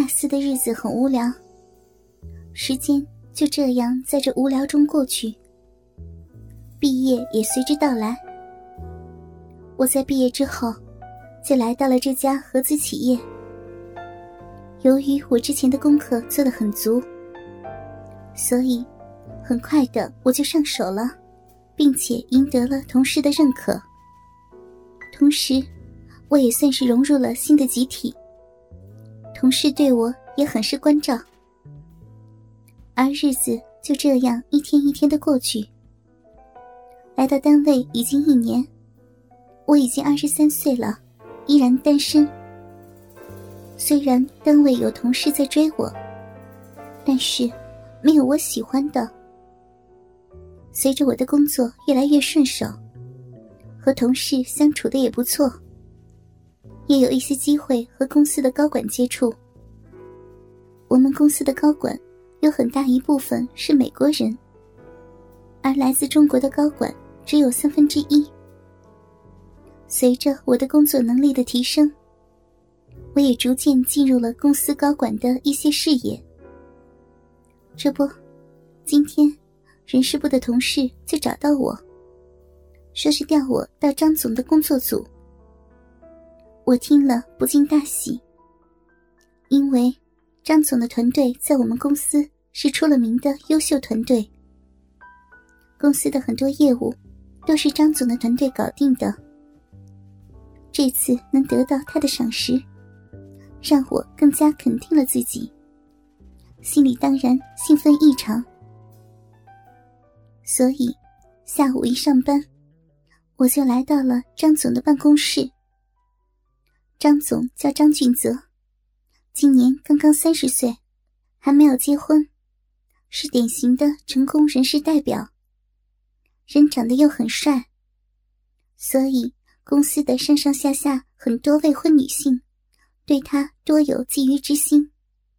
4的日子很无聊，时间就这样在这无聊中过去。毕业也随之到来。我在毕业之后就来到了这家合资企业。由于我之前的功课做得很足，所以很快的我就上手了，并且赢得了同事的认可。同时我也算是融入了新的集体，同事对我也很是关照。而日子就这样一天一天的过去。来到单位已经1年，我已经23岁了，依然单身。虽然单位有同事在追我，但是没有我喜欢的。随着我的工作越来越顺手，和同事相处的也不错，也有一些机会和公司的高管接触。我们公司的高管有很大一部分是美国人，而来自中国的高管只有1/3。随着我的工作能力的提升，我也逐渐进入了公司高管的一些视野。这不，今天人事部的同事就找到我，说是调我到张总的工作组。我听了不禁大喜，因为张总的团队在我们公司是出了名的优秀团队，公司的很多业务都是张总的团队搞定的。这次能得到他的赏识，让我更加肯定了自己，心里当然兴奋异常。所以下午一上班，我就来到了张总的办公室。张总叫张俊泽，今年刚刚30岁，还没有结婚，是典型的成功人士代表，人长得又很帅，所以公司的上上下下很多未婚女性对他多有觊觎之心。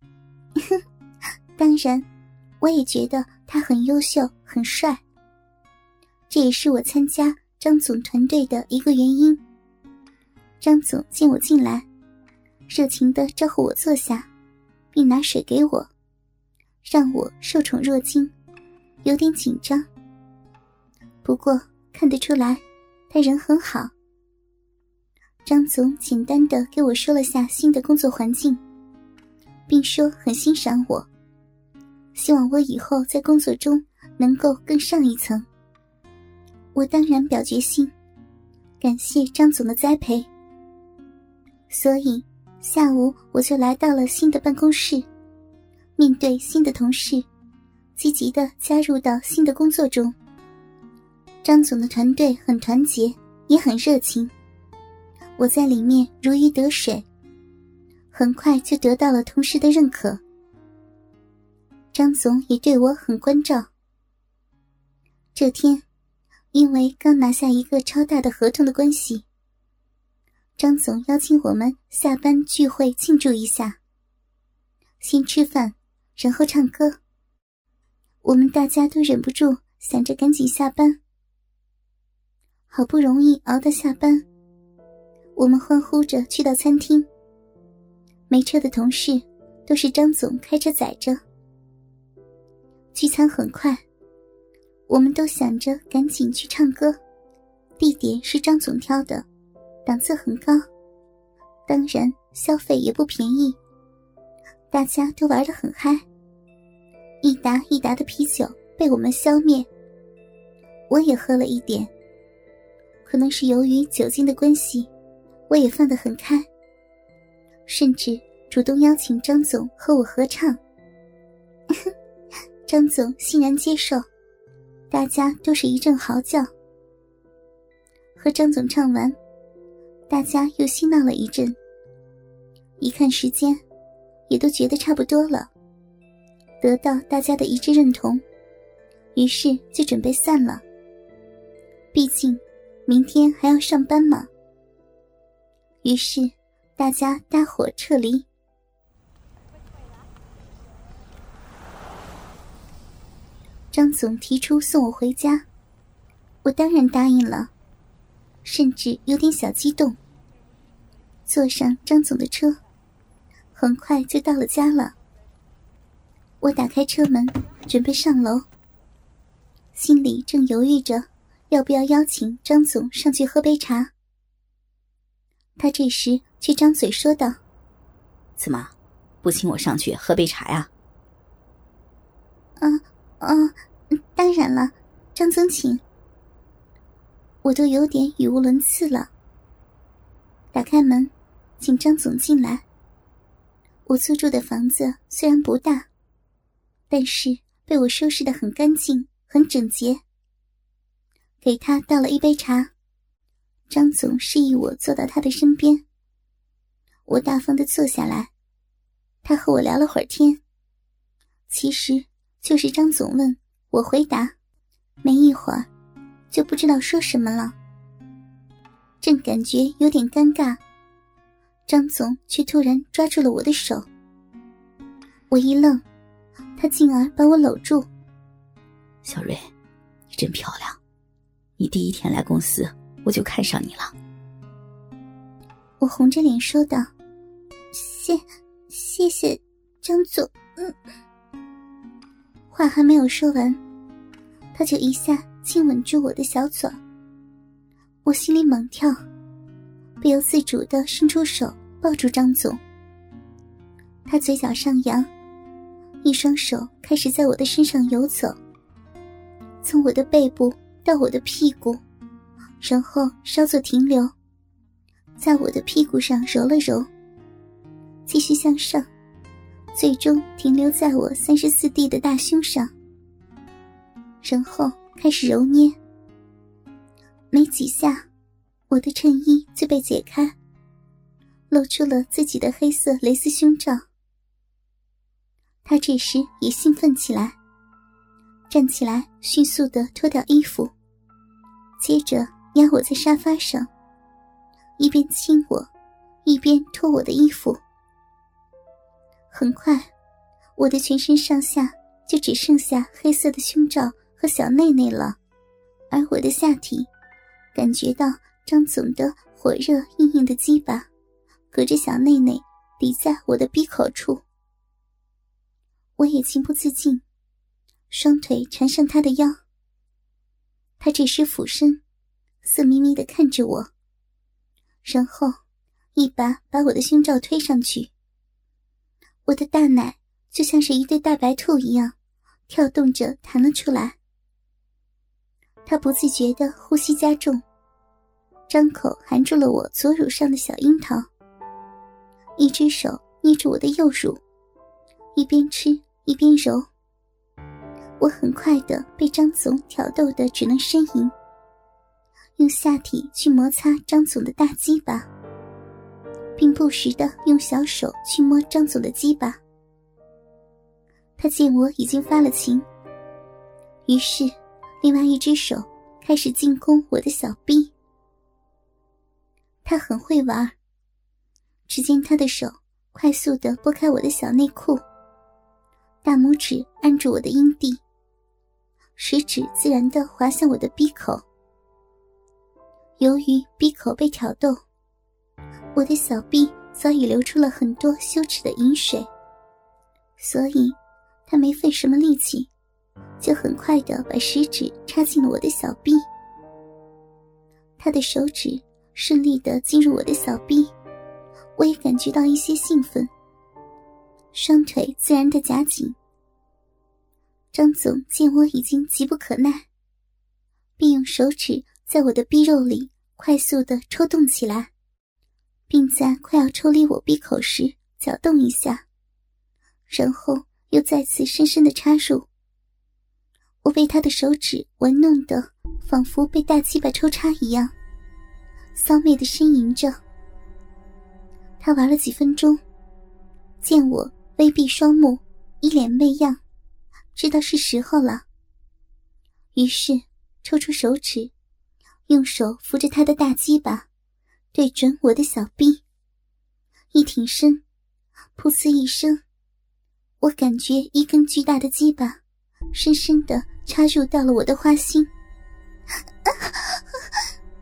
当然我也觉得他很优秀很帅，这也是我参加张总团队的一个原因。张总见我进来，热情地招呼我坐下，并拿水给我，让我受宠若惊，有点紧张。不过看得出来他人很好。张总简单地给我说了下新的工作环境，并说很欣赏我，希望我以后在工作中能够更上一层。我当然表决心，感谢张总的栽培。所以下午我就来到了新的办公室，面对新的同事，积极地加入到新的工作中。张总的团队很团结，也很热情，我在里面如鱼得水，很快就得到了同事的认可。张总也对我很关照。这天，因为刚拿下一个超大的合同的关系，张总邀请我们下班聚会庆祝一下，先吃饭，然后唱歌。我们大家都忍不住想着赶紧下班。好不容易熬到下班，我们欢呼着去到餐厅，没车的同事都是张总开车载着。聚餐很快，我们都想着赶紧去唱歌，地点是张总挑的，档次很高，当然消费也不便宜，大家都玩得很嗨，一打一打的啤酒被我们消灭。我也喝了一点，可能是由于酒精的关系，我也放得很开，甚至主动邀请张总和我合唱。张总欣然接受，大家都是一阵嚎叫。和张总唱完，大家又嬉闹了一阵，一看时间也都觉得差不多了，得到大家的一致认同，于是就准备散了。毕竟明天还要上班嘛。于是大家搭伙撤离。张总提出送我回家，我当然答应了，甚至有点小激动。坐上张总的车， 很快就到了家了。我打开车门，准备上楼，心里正犹豫着要不要邀请张总上去喝杯茶。他这时却张嘴说道： 怎么，不请我上去喝杯茶呀？ 当然了，张总请。我都有点语无伦次了。打开门，请张总进来。我租住的房子虽然不大，但是被我收拾得很干净，很整洁。给他倒了一杯茶，张总示意我坐到他的身边。我大方地坐下来，他和我聊了会儿天。其实就是张总问，我回答，没一会儿就不知道说什么了。正感觉有点尴尬，张总却突然抓住了我的手。我一愣，他竟而把我搂住。 小瑞，你真漂亮，你第一天来公司我就看上你了。 我红着脸说道：谢谢张总。话还没有说完，他就一下亲吻住我的小嘴。我心里猛跳，不由自主地伸出手抱住张总。他嘴角上扬，一双手开始在我的身上游走，从我的背部到我的屁股，然后稍作停留，在我的屁股上揉了揉，继续向上，最终停留在我34D 的大胸上，然后开始揉捏。没几下，我的衬衣就被解开，露出了自己的黑色蕾丝胸罩。他这时也兴奋起来，站起来迅速地脱掉衣服，接着压我在沙发上，一边亲我一边脱我的衣服。很快，我的全身上下就只剩下黑色的胸罩和小内内了，而我的下体感觉到张总的火热硬硬的鸡巴隔着小内内抵在我的鼻口处。我也情不自禁，双腿缠上他的腰。他这时俯身，色眯眯地看着我，然后一把把我的胸罩推上去。我的大奶就像是一对大白兔一样跳动着弹了出来。他不自觉地呼吸加重，张口含住了我左乳上的小樱桃，一只手捏住我的右乳，一边吃一边揉。我很快地被张总挑逗得只能呻吟，用下体去摩擦张总的大鸡巴，并不时地用小手去摸张总的鸡巴。他见我已经发了情，于是另外一只手开始进攻我的小臂。他很会玩，只见他的手快速地拨开我的小内裤，大拇指按住我的阴蒂，食指自然地滑向我的鼻口。由于鼻口被挑逗，我的小臂早已流出了很多羞耻的饮水，所以他没费什么力气，就很快地把食指插进了我的小臂。他的手指顺利地进入我的小臂，我也感觉到一些兴奋，双腿自然地夹紧。张总见我已经急不可耐，并用手指在我的臂肉里快速地抽动起来，并在快要抽离我鼻口时搅动一下，然后又再次深深地插入。我被他的手指玩弄得仿佛被大鸡巴抽插一样，骚媚地呻吟着。他玩了几分钟，见我微闭双目，一脸媚样，知道是时候了，于是抽出手指，用手扶着他的大鸡巴对准我的小臂，一挺身，噗呲一声，我感觉一根巨大的鸡巴深深地插入到了我的花心。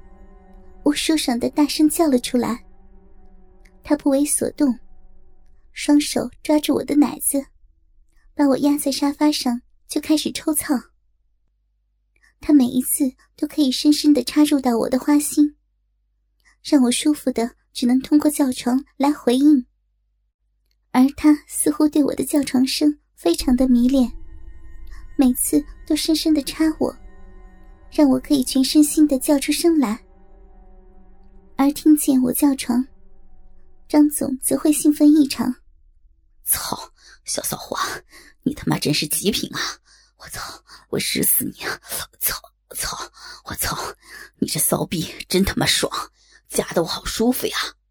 我舒爽地大声叫了出来。他不为所动， 双手抓住我的奶子，把我压在沙发上就开始抽操。他每一次都可以深深地插入到我的花心，让我舒服的只能通过叫床来回应。而他似乎对我的叫床声非常的迷恋，每次都深深地插我，让我可以全身心地叫出声来。而听见我叫床，张总则会兴奋异常。 操，小骚货，你他妈真是极品啊！我操，我日死你啊！操，我操，你这骚逼真他妈爽，夹得我好舒服呀！